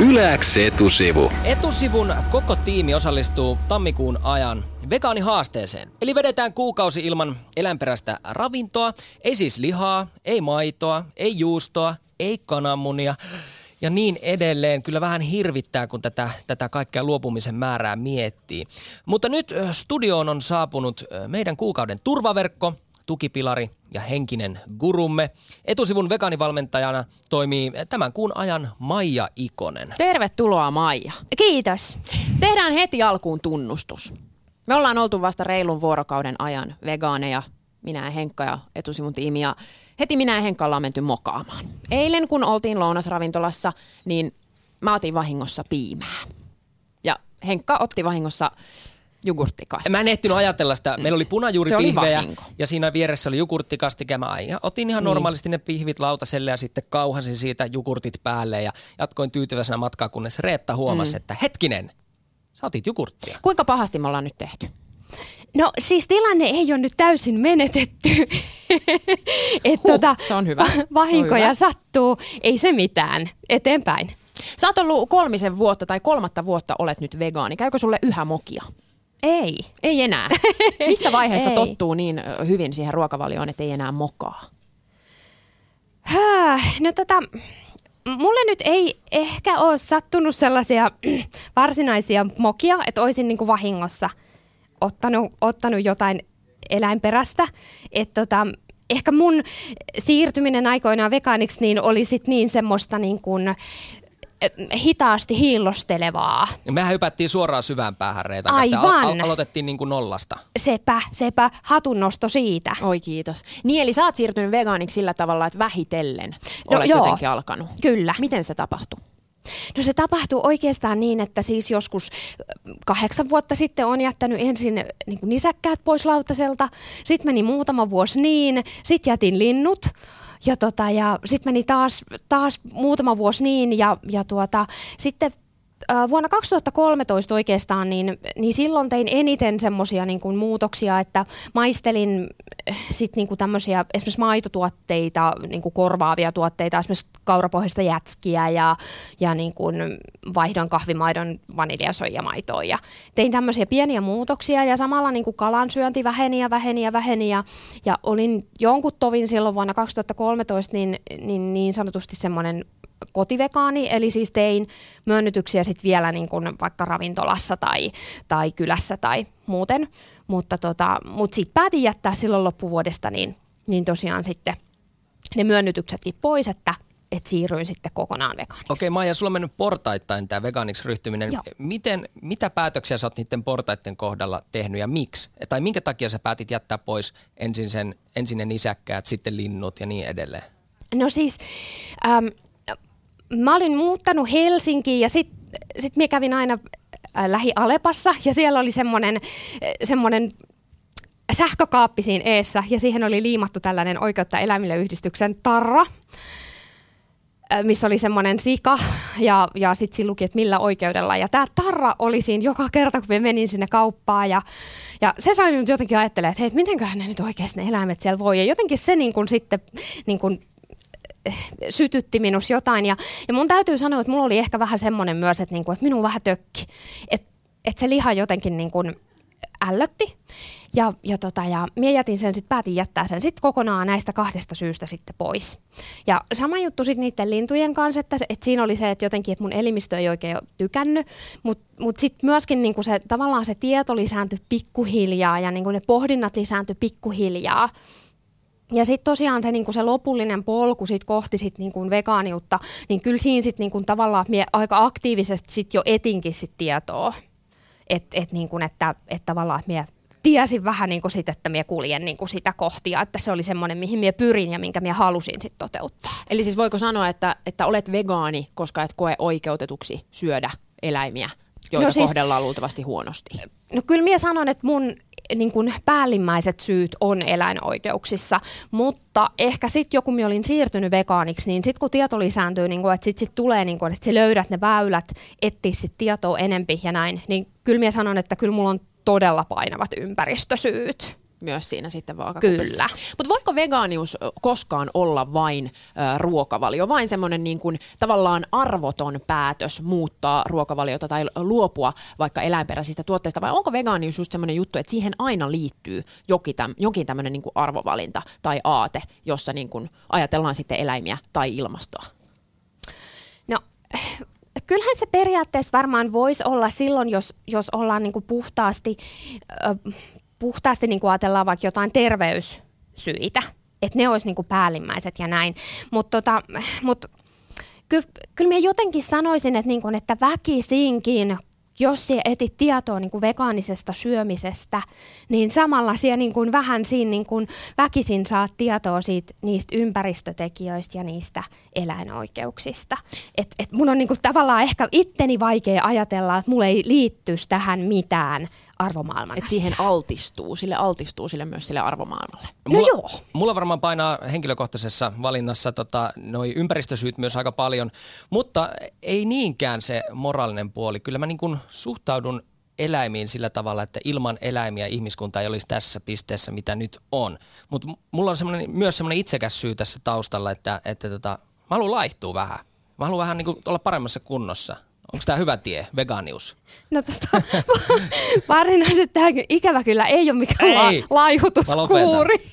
Yläks etusivu. Etusivun koko tiimi osallistuu tammikuun ajan vegaanihaasteeseen. Eli vedetään kuukausi ilman eläinperäistä ravintoa. Ei siis lihaa, ei maitoa, ei juustoa, ei kananmunia ja niin edelleen. Kyllä vähän hirvittää, kun tätä kaikkea luopumisen määrää miettii. Mutta nyt studioon on saapunut meidän kuukauden turvaverkko, tukipilari ja henkinen gurumme. Etusivun vegaanivalmentajana toimii tämän kuun ajan Maija Ikonen. Tervetuloa, Maija. Kiitos. Tehdään heti alkuun tunnustus. Me ollaan oltu vasta reilun vuorokauden ajan vegaaneja, minä ja Henkka ja Etusivun tiimi, ja heti minä ja Henkka ollaan menty mokaamaan. Eilen kun oltiin lounasravintolassa, niin mä otin vahingossa piimää. Ja Henkka otti vahingossa jogurttikastike. Mä en ehtinyt ajatella sitä. Meillä oli punajuuripihvejä ja siinä vieressä oli jogurttikastike. Mä otin ihan normaalisti ne pihvit lautaselle ja sitten kauhasin siitä jogurtit päälle ja jatkoin tyytyväisenä matkaa, kunnes Reetta huomasi, että hetkinen, sä otit jogurttia. Kuinka pahasti me ollaan nyt tehty? No siis tilanne ei ole nyt täysin menetetty. Se on hyvä. Vahinkoja sattuu, ei se mitään. Eteenpäin. Sä oot ollut 3 vuotta tai 3 vuotta olet nyt vegaani. Käykö sulle yhä mokia? Ei. Ei enää. Missä vaiheessa tottuu niin hyvin siihen ruokavalioon, että ei enää mokaa? No mulle nyt ei ehkä ole sattunut sellaisia varsinaisia mokia, että olisin niinku vahingossa ottanut jotain eläinperäistä. Ehkä mun siirtyminen aikoinaan vegaaniksi niin oli sit niin semmoista niin kuin hitaasti hiillostelevaa. Mehän hypättiin suoraan syvään päähän Reetan Aivan. Aloitettiin niin kuin nollasta. Sepä hatunnosto siitä. Oi kiitos. Niin eli sä oot siirtynyt vegaaniksi sillä tavalla, että vähitellen olet jotenkin alkanut. Kyllä. Miten se tapahtui? No se tapahtuu oikeastaan niin, että siis joskus 8 vuotta sitten on jättänyt ensin niin kuin nisäkkäät pois lautaselta. Sitten meni muutama vuosi niin, sitten jätin linnut. Ja sitten meni taas muutama vuosi niin ja sitten vuonna 2013 oikeastaan, niin silloin tein eniten semmoisia niin kuin muutoksia, että maistelin sitten niin kuin tämmöisiä esimerkiksi maitotuotteita, niin kuin korvaavia tuotteita, esimerkiksi kaurapohjaista jätskiä ja niin kuin vaihdoin kahvimaidon vaniljasoijamaitoon. Ja tein tämmöisiä pieniä muutoksia ja samalla niin kuin kalan syönti väheni ja olin jonkun tovin silloin vuonna 2013 niin sanotusti semmoinen kotivegaani, eli siis tein myönnytyksiä sitten vielä niin kuin vaikka ravintolassa tai kylässä tai muuten, mutta sitten päätin jättää silloin loppuvuodesta niin tosiaan sitten ne myönnytyksetkin pois, että siirryin sitten kokonaan vegaaniksi. Okei, Maija, sulla on mennyt portaittain tämä vegaaniksi ryhtyminen. Joo. Mitä päätöksiä sä oot niiden portaiden kohdalla tehnyt ja miksi? Tai minkä takia sä päätit jättää pois ensin ne nisäkkäät, sitten linnut ja niin edelleen? No siis mä olin muuttanut Helsinkiin ja sit mä kävin aina Lähi-Alepassa ja siellä oli semmoinen sähkökaappi siinä eessä ja siihen oli liimattu tällainen Oikeutta eläimille -yhdistyksen tarra, missä oli semmoinen sika ja sitten siinä luki, että millä oikeudella. Ja tämä tarra oli siinä joka kerta, kun mä menin sinne kauppaan ja se sai minut jotenkin ajattelemaan, että hei, mitenköhän ne nyt oikeasti ne eläimet siellä voi. Ja jotenkin se niin kuin sitten niin kuin sytytti minus jotain. Ja mun täytyy sanoa, että mulla oli ehkä vähän semmoinen myös, että minun vähän tökki. Että se liha jotenkin niin kuin ällötti. Ja minä jätin sen, päätin jättää sen sitten kokonaan näistä 2 syystä sitten pois. Ja sama juttu sitten niiden lintujen kanssa, että siinä oli se, että jotenkin, että mun elimistö ei oikein tykännyt, mutta sitten myöskin niinku tavallaan se tieto lisääntyi pikkuhiljaa ja niinku ne pohdinnat lisääntyi pikkuhiljaa. Ja sitten tosiaan se lopullinen polku sit kohti sit niinku vegaaniutta, niin kyllä siinä sitten niinku tavallaan aika aktiivisesti sit jo etinkin sit tietoa, että tavallaan minä tiesin vähän niin kuin sit, että minä kuljen niin kuin sitä kohti ja että se oli semmoinen, mihin minä pyrin ja minkä minä halusin sit toteuttaa. Eli siis voiko sanoa, että olet vegaani, koska et koe oikeutetuksi syödä eläimiä, joita kohdellaan luultavasti huonosti? No kyllä minä sanon, että mun niin kuin päällimmäiset syyt on eläinoikeuksissa, mutta ehkä sitten kun minä olin siirtynyt vegaaniksi, niin sitten kun tieto lisääntyy, niin kuin, että sitten tulee, niin kuin, että sä löydät ne väylät, etsiä sitten tietoa enempi ja näin, niin kyllä minä sanon, että kyllä mulla on todella painavat ympäristösyyt. myös siinä sitten vaakakupissa. Kyllä. Mutta voiko vegaanius koskaan olla vain ruokavalio, vain semmoinen niin kuin tavallaan arvoton päätös muuttaa ruokavaliota tai luopua vaikka eläinperäisistä tuotteista, vai onko vegaanius just semmoinen juttu, että siihen aina liittyy jokin tämmöinen niin kuin arvovalinta tai aate, jossa niin kuin ajatellaan sitten eläimiä tai ilmastoa? No, kyllähän se periaatteessa varmaan voisi olla silloin, jos ollaan niin kuin puhtaasti niin kuin ajatellaan vaikka jotain terveyssyitä, että ne olisi niin kuin päällimmäiset ja näin. Mutta kyllä minä jotenkin sanoisin, että, niin kuin, että väkisinkin, jos sinä etit tietoa niin kuin vegaanisesta syömisestä, niin samalla sinä niin kuin vähän siinä niin kuin väkisin saat tietoa niistä ympäristötekijöistä ja niistä eläinoikeuksista. Et mun on niin kuin tavallaan ehkä itteni vaikea ajatella, että mulla ei liittyisi tähän mitään arvomaailman että siihen altistuu myös sille arvomaailmalle. Mulla varmaan painaa henkilökohtaisessa valinnassa noi ympäristösyyt myös aika paljon, mutta ei niinkään se moraalinen puoli. Kyllä mä niin kuin suhtaudun eläimiin sillä tavalla, että ilman eläimiä ihmiskunta ei olisi tässä pisteessä, mitä nyt on. Mutta mulla on myös semmoinen itsekäs syy tässä taustalla, että mä haluan laihtua vähän. Mä haluan vähän niin kuin olla paremmassa kunnossa. Onko tämä hyvä tie, vegaanius? No varsinaisesti tämä ikävä kyllä ei ole mikään laihutuskuuri.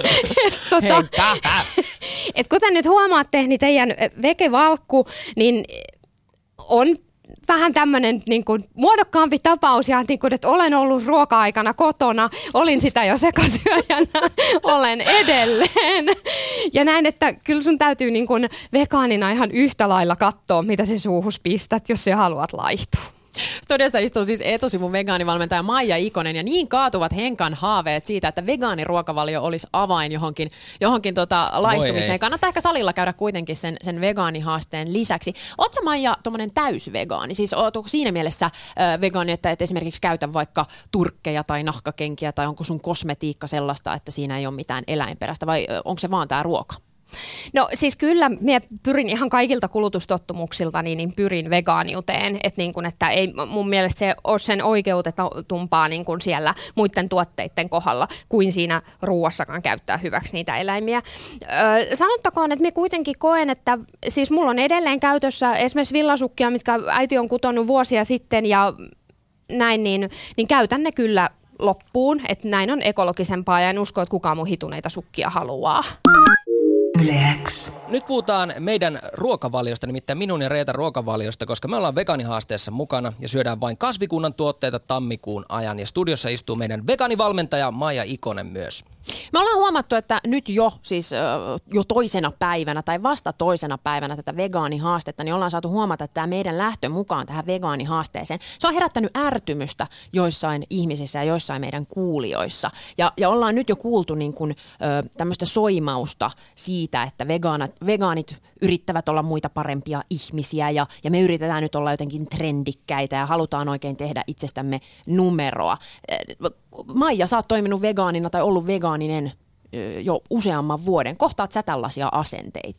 Kuten nyt huomaatte, niin teidän vegevalkku niin on vähän tämmöinen niin kuin muodokkaampi tapaus, ja niin kuin, että olen ollut ruoka-aikana kotona, olin sitä jo sekasyöjänä, olen edelleen. Ja näin, että kyllä sun täytyy niin kuin vegaanina ihan yhtä lailla katsoa, mitä se suuhus pistät, jos sä haluat laihtua. Studiossa istuu siis Etusivun vegaanivalmentaja Maija Ikonen, ja niin kaatuvat Henkan haaveet siitä, että vegaaniruokavalio olisi avain johonkin laihtumiseen. Kannattaa ehkä salilla käydä kuitenkin sen vegaanihaasteen lisäksi. Ootko Maija tommonen täysvegaani? Siis ootko siinä mielessä vegaani, että esimerkiksi käytä vaikka turkkeja tai nahkakenkiä, tai onko sun kosmetiikka sellaista, että siinä ei ole mitään eläinperäistä, vai onko se vaan tää ruoka? No siis kyllä, minä pyrin ihan kaikilta kulutustottumuksilta, niin pyrin vegaaniuteen, että niin kuin, että ei mun mielestä se ole sen oikeutetumpaa niin kuin siellä muiden tuotteiden kohdalla, kuin siinä ruuassakaan käyttää hyväksi niitä eläimiä. Sanottakoon, että minä kuitenkin koen, että siis mulla on edelleen käytössä esimerkiksi villasukkia, mitkä äiti on kutonut vuosia sitten ja näin, niin käytän ne kyllä loppuun, että näin on ekologisempaa ja en usko, että kukaan mun hituneita sukkia haluaa. Yleäks. Nyt puhutaan meidän ruokavaliosta, nimittäin minun ja Reetan ruokavaliosta, koska me ollaan vegaanihaasteessa mukana ja syödään vain kasvikunnan tuotteita tammikuun ajan. Ja studiossa istuu meidän vegaanivalmentaja Maija Ikonen myös. Me ollaan huomattu, että nyt jo toisena päivänä tai vasta toisena päivänä tätä vegaanihaastetta, niin ollaan saatu huomata, että tämä meidän lähtö mukaan tähän vegaanihaasteeseen, se on herättänyt ärtymystä joissain ihmisissä ja joissain meidän kuulijoissa. Ja ollaan nyt jo kuultu niin kuin, tämmöistä soimausta siitä, että vegaanit yrittävät olla muita parempia ihmisiä ja me yritetään nyt olla jotenkin trendikkäitä ja halutaan oikein tehdä itsestämme numeroa. Maija, sä oot toiminut vegaanina tai ollut vegaaninen jo useamman vuoden. Kohtaat sä tällaisia asenteita?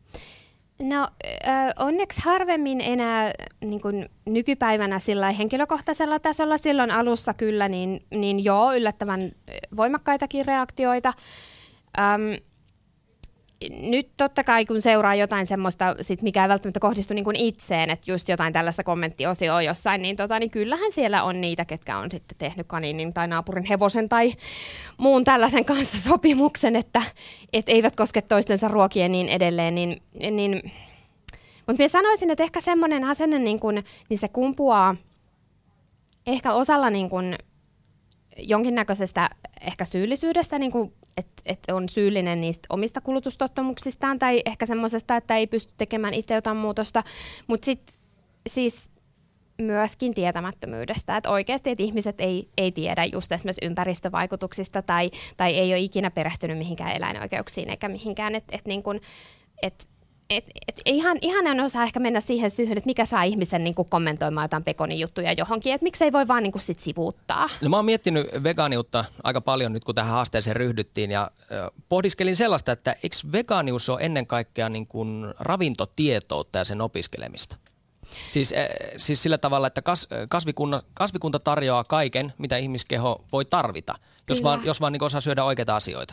No onneksi harvemmin enää niin kuin nykypäivänä sillä henkilökohtaisella tasolla. Silloin alussa kyllä, niin joo, yllättävän voimakkaitakin reaktioita. Nyt totta kai, kun seuraa jotain semmoista, mikä ei välttämättä kohdistu niin kuin itseen, että just jotain tällaista kommenttiosioa jossain, niin kyllähän siellä on niitä, ketkä on sitten tehnyt kaniinin tai naapurin hevosen tai muun tällaisen kanssa sopimuksen, että eivät koske toistensa ruokia ja niin edelleen. Mutta minä sanoisin, että ehkä semmoinen asenne, niin se kumpuaa ehkä osalla niin kuin jonkinnäköisestä ehkä syyllisyydestä, niin että on syyllinen niistä omista kulutustottumuksistaan tai ehkä semmoisesta, että ei pysty tekemään itse jotain muutosta, mutta sitten siis myöskin tietämättömyydestä, että oikeasti että ihmiset ei tiedä just esimerkiksi ympäristövaikutuksista tai ei ole ikinä perehtynyt mihinkään eläinoikeuksiin eikä mihinkään, ihan en osaa ehkä mennä siihen syyhyn, että mikä saa ihmisen niin kuin kommentoimaan jotain pekonin juttuja johonkin, että miksei voi vaan niin kuin sit sivuuttaa. No mä oon miettinyt vegaaniutta aika paljon nyt, kun tähän haasteeseen ryhdyttiin ja pohdiskelin sellaista, että eikö vegaanius ole ennen kaikkea niin kuin ravintotietoutta ja sen opiskelemista? Siis sillä tavalla, että kasvikunta tarjoaa kaiken, mitä ihmiskeho voi tarvita, jos vaan niin osaa syödä oikeita asioita.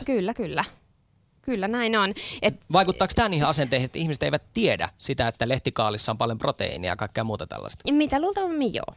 Kyllä, näin on. Vaikuttaako tämä niihin asenteihin, että ihmiset eivät tiedä sitä, että lehtikaalissa on paljon proteiinia ja kaikkea muuta tällaista? Mitä luultavasti joo.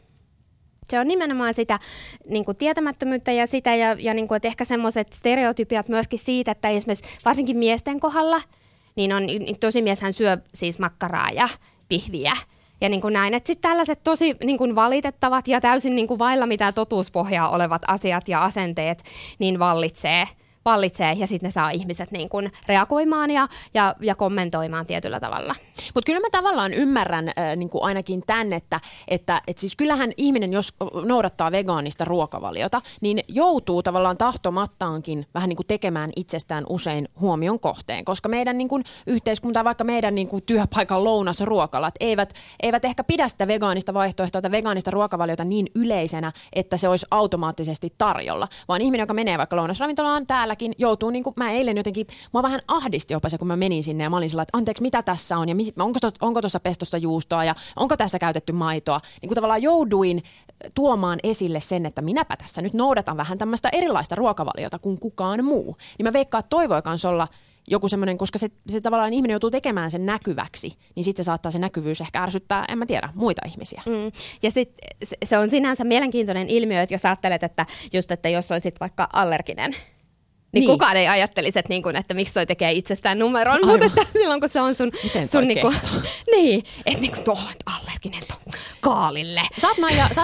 Se on nimenomaan sitä niin kuin tietämättömyyttä ja sitä, ja niin kuin, että ehkä semmoiset stereotypiat myöskin siitä, että esimerkiksi varsinkin miesten kohdalla, niin tosi mieshän syö siis makkaraa ja pihviä. Ja niin kuin näin, että sitten tällaiset tosi niin kuin valitettavat ja täysin niin kuin vailla mitään totuuspohjaa olevat asiat ja asenteet, niin vallitsee ja sitten ne saa ihmiset niin kuin reagoimaan ja kommentoimaan tietyllä tavalla. Mutta kyllä mä tavallaan ymmärrän niin kuin ainakin tämän, että siis kyllähän ihminen, jos noudattaa vegaanista ruokavaliota, niin joutuu tavallaan tahtomattaankin vähän niin kuin tekemään itsestään usein huomion kohteen, koska meidän niin kuin yhteiskunta, vaikka meidän niin kuin työpaikan lounasruokalat eivät ehkä pidä sitä vegaanista vaihtoehtoa tai vegaanista ruokavaliota niin yleisenä, että se olisi automaattisesti tarjolla, vaan ihminen, joka menee vaikka lounasravintolaan täällä, joutuu, niin kuin mä eilen jotenkin, mua vähän ahdisti jopa se, kun mä menin sinne ja mä olin sellainen, että anteeksi, mitä tässä on ja onko tuossa pestossa juustoa ja onko tässä käytetty maitoa. Niin kuin tavallaan jouduin tuomaan esille sen, että minäpä tässä nyt noudatan vähän tämmöistä erilaista ruokavaliota kuin kukaan muu. Niin mä veikkaan, että toivoi kanssa olla joku semmoinen, koska se tavallaan ihminen joutuu tekemään sen näkyväksi, niin sitten saattaa se näkyvyys ehkä ärsyttää, en mä tiedä, muita ihmisiä. Ja sitten se on sinänsä mielenkiintoinen ilmiö, että jos ajattelet, että jos olisit vaikka allerginen, niin kukaan ei ajattelisi, että miksi toi tekee itsestään numeron, mutta silloin kun se on sun niinku, niin, että niinku olet allerginen kaalille. Saat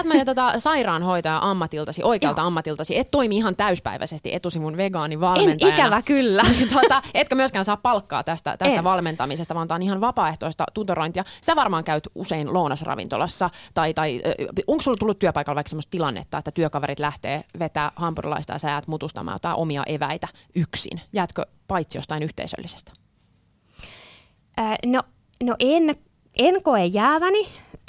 mä sairaanhoitaja ammatiltasi, oikealta ammatiltasi, et toimi ihan täyspäiväisesti etusivun vegaanivalmentajana. En ikävä kyllä. Etkä myöskään saa palkkaa tästä valmentamisesta, vaan tämä on ihan vapaaehtoista tutorointia. Sä varmaan käyt usein lounasravintolassa, tai onko sulla tullut työpaikalla vaikka sellaista tilannetta, että työkaverit lähtee vetää hampurilaista ja sä jäät mutustamaan jotain omia eväitä yksin? Jäätkö paitsi jostain yhteisöllisestä? No en koe jääväni.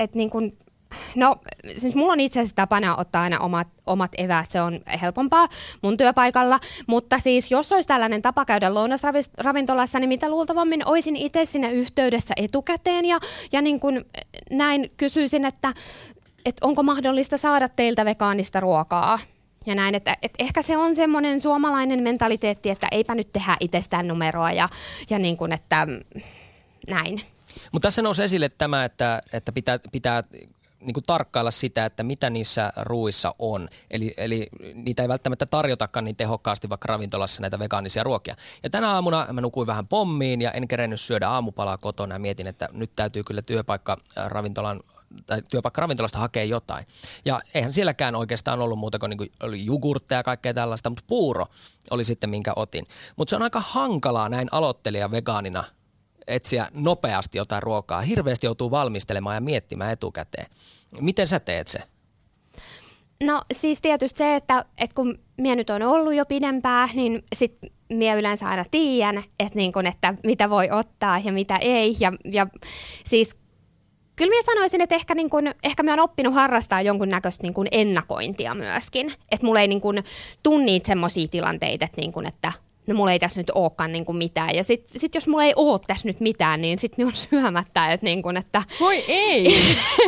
Siis mulla on itse asiassa tapana ottaa aina omat eväät, se on helpompaa mun työpaikalla, mutta siis jos olisi tällainen tapa käydä lounasravintolassa, niin mitä luultavammin olisin itse sinne yhteydessä etukäteen ja niin kuin näin kysyisin, että onko mahdollista saada teiltä vegaanista ruokaa. Ja näin, että ehkä se on semmoinen suomalainen mentaliteetti, että eipä nyt tehdä itsestään numeroa ja niin kuin, että näin. Mutta tässä nousi esille tämä, että pitää niin kuin tarkkailla sitä, että mitä niissä ruuissa on. Eli niitä ei välttämättä tarjotakaan niin tehokkaasti vaikka ravintolassa näitä vegaanisia ruokia. Ja tänä aamuna mä nukuin vähän pommiin ja en kerennyt syödä aamupalaa kotona ja mietin, että nyt täytyy kyllä työpaikkaravintolasta hakea jotain. Ja eihän sielläkään oikeastaan ollut muuta kuin, oli jogurtteja ja kaikkea tällaista, mutta puuro oli sitten minkä otin. Mutta se on aika hankalaa näin aloittelija vegaanina etsiä nopeasti jotain ruokaa. Hirveästi joutuu valmistelemaan ja miettimään etukäteen. Miten sä teet se? No siis tietysti se, että kun minä nyt on ollut jo pidempään, niin sitten minä yleensä aina tiedän, että mitä voi ottaa ja mitä ei. Ja siis kyllä minä sanoisin, että ehkä minä olen oppinut harrastaa jonkunnäköistä ennakointia myöskin. Että mulla ei tule niitä semmoisia tilanteita, että no mulla ei tässä nyt olekaan mitään. Ja sit jos mulla ei ole tässä nyt mitään, niin sit minä on syömättä. Että voi ei!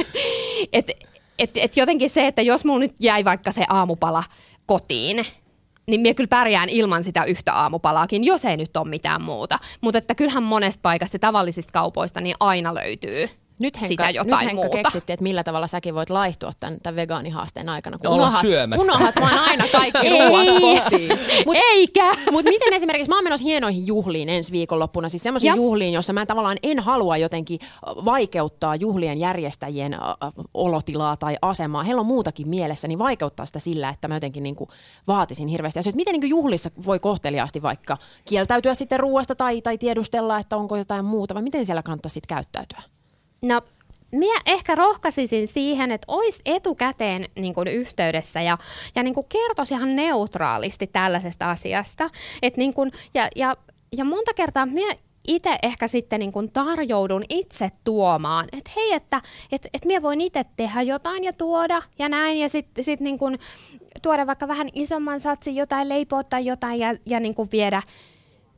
et jotenkin se, että jos mulla nyt jäi vaikka se aamupala kotiin, niin minä kyllä pärjään ilman sitä yhtä aamupalaakin, jos ei nyt ole mitään muuta. Mutta että kyllähän monesta paikasta tavallisista kaupoista niin aina löytyy. Nyt Henkka keksittiin, että millä tavalla säkin voit laihtua tämän vegaanihaasteen aikana. Kun unohat vaan aina kaikki ruoat kotiin. Mutta miten esimerkiksi, mä oon menossa hienoihin juhliin ensi viikonloppuna, siis semmoisiin juhliin, jossa mä tavallaan en halua jotenkin vaikeuttaa juhlien järjestäjien olotilaa tai asemaa. Heillä on muutakin mielessä, niin vaikeuttaa sitä sillä, että mä jotenkin niinku vaatisin hirveästi. Ja miten niinku juhlissa voi kohteliaasti vaikka kieltäytyä sitten ruoasta tai tiedustella, että onko jotain muuta, vai miten siellä kannattaisi sitten käyttäytyä? No, minä ehkä rohkaisisin siihen, että olisi etukäteen niin kuin yhteydessä ja niin kuin kertoisi ihan neutraalisti tällaisesta asiasta. Niin kuin, ja monta kertaa minä itse ehkä sitten niin kuin tarjoudun itse tuomaan, että hei, että minä voin itse tehdä jotain ja tuoda ja näin. Ja sitten niin kuin tuoda vaikka vähän isomman satsin jotain, leipoa tai jotain ja niin kuin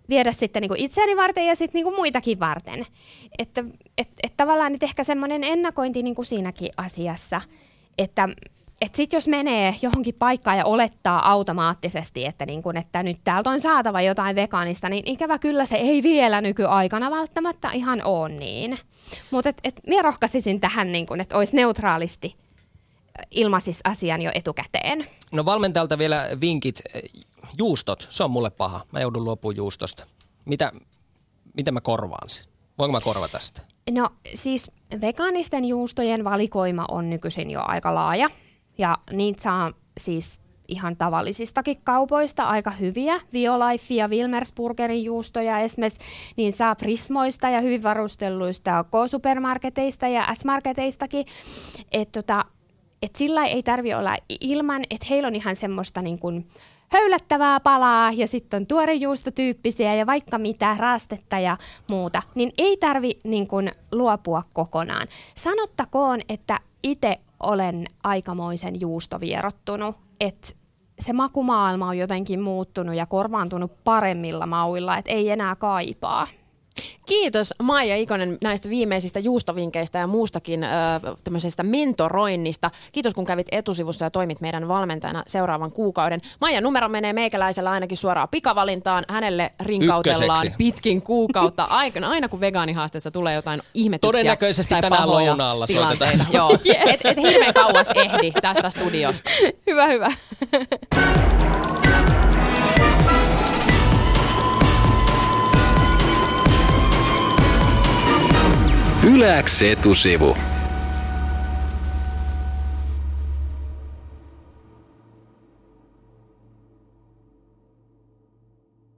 viedä sitten niin kuin itseäni varten ja sitten niin kuin muitakin varten. Että tavallaan nyt ehkä semmoinen ennakointi niin kuin siinäkin asiassa, että sitten jos menee johonkin paikkaan ja olettaa automaattisesti, että nyt täältä on saatava jotain vegaanista, niin ikävä kyllä se ei vielä nykyaikana välttämättä ihan ole niin. Mutta minä rohkaisisin tähän, että olisi neutraalisti ilmaisis asian jo etukäteen. No valmentajalta vielä vinkit. Juustot, se on mulle paha. Mä joudun luopumaan juustosta. Mitä mä korvaan sen? Voinko mä korvata sitä? No siis vegaanisten juustojen valikoima on nykyisin jo aika laaja. Ja niitä saa siis ihan tavallisistakin kaupoista aika hyviä. Violife ja Wilmersburgerin juustoja esimerkiksi, niin saa Prismoista ja hyvin varustelluista K-supermarketeista ja S-marketeistakin. Että sillä ei tarvitse olla ilman, että heillä on ihan semmoista niin kuin höylättävää palaa ja sitten on tuorejuustotyyppisiä ja vaikka mitä raastetta ja muuta, niin ei tarvitse niin kuin luopua kokonaan. Sanottakoon, että itse olen aikamoisen juustovierottunut, että se makumaailma on jotenkin muuttunut ja korvaantunut paremmilla mauilla, että ei enää kaipaa. Kiitos Maija Ikonen näistä viimeisistä juustovinkeistä ja muustakin tämmöisestä mentoroinnista. Kiitos kun kävit etusivussa ja toimit meidän valmentajana seuraavan kuukauden. Maijan numero menee meikäläisellä ainakin suoraan pikavalintaan. Hänelle rinkautellaan pitkin kuukautta aina kun vegaanihaasteessa tulee jotain ihmetyksiä. Todennäköisesti tai tänään lounaalla tilanteita. Joo, yes. et hirveän kauas ehdi tästä studiosta. Hyvä. Yle X etusivu.